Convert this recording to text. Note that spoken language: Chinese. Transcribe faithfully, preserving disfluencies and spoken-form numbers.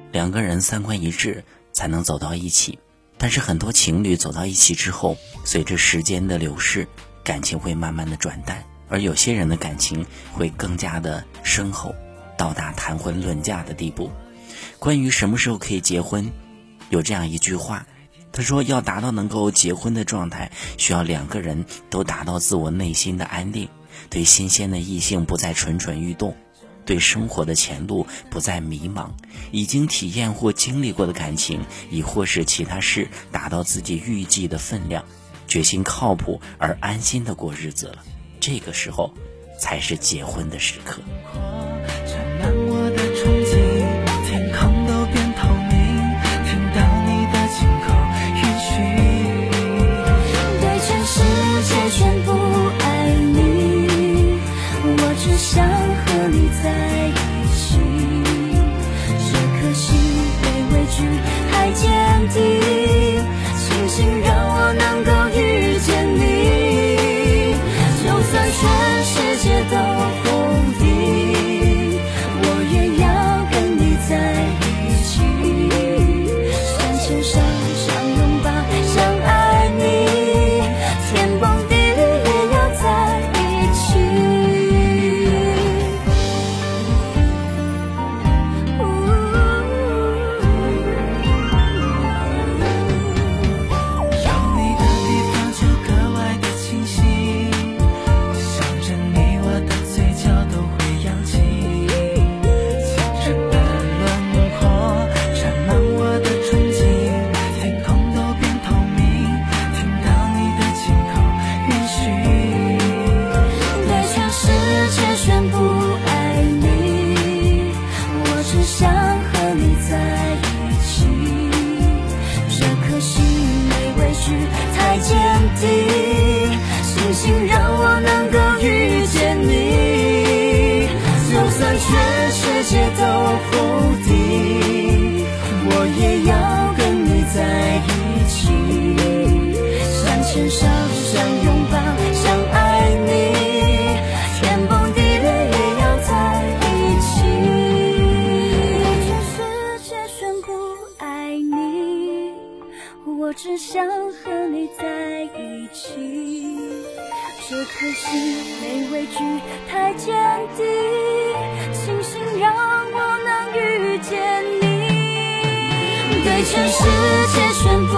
两个人三观一致才能走到一起。但是很多情侣走到一起之后，随着时间的流逝，感情会慢慢的转淡，而有些人的感情会更加的深厚，到达谈婚论嫁的地步。关于什么时候可以结婚，有这样一句话，他说要达到能够结婚的状态，需要两个人都达到自我内心的安定，对新鲜的异性不再蠢蠢欲动，对生活的前路不再迷茫，已经体验或经历过的感情，亦或是其他事达到自己预计的分量，决心靠谱而安心的过日子了，这个时候才是结婚的时刻。 天空都变透明，听到你的轻口允许， 对全世界全部爱你，我只想和你在一起，这颗心被畏惧太坚定，庆幸让我能够遇见你，就算全世界都否定，我也要在一起，手牵手，相拥抱，相爱你，天崩地裂也要在一起。 有你的地方就格外的清晰，想着你我的嘴角都会扬起， 太坚定，星星让我能够遇见你，就算全世界都否定，我也要跟你在一起，相牵手，相拥抱，相爱你，天崩地裂也要在一起，全世界宣布爱你，我只想和你在一起，这颗心没畏惧太坚定，庆幸让我能遇见你，对全世界宣布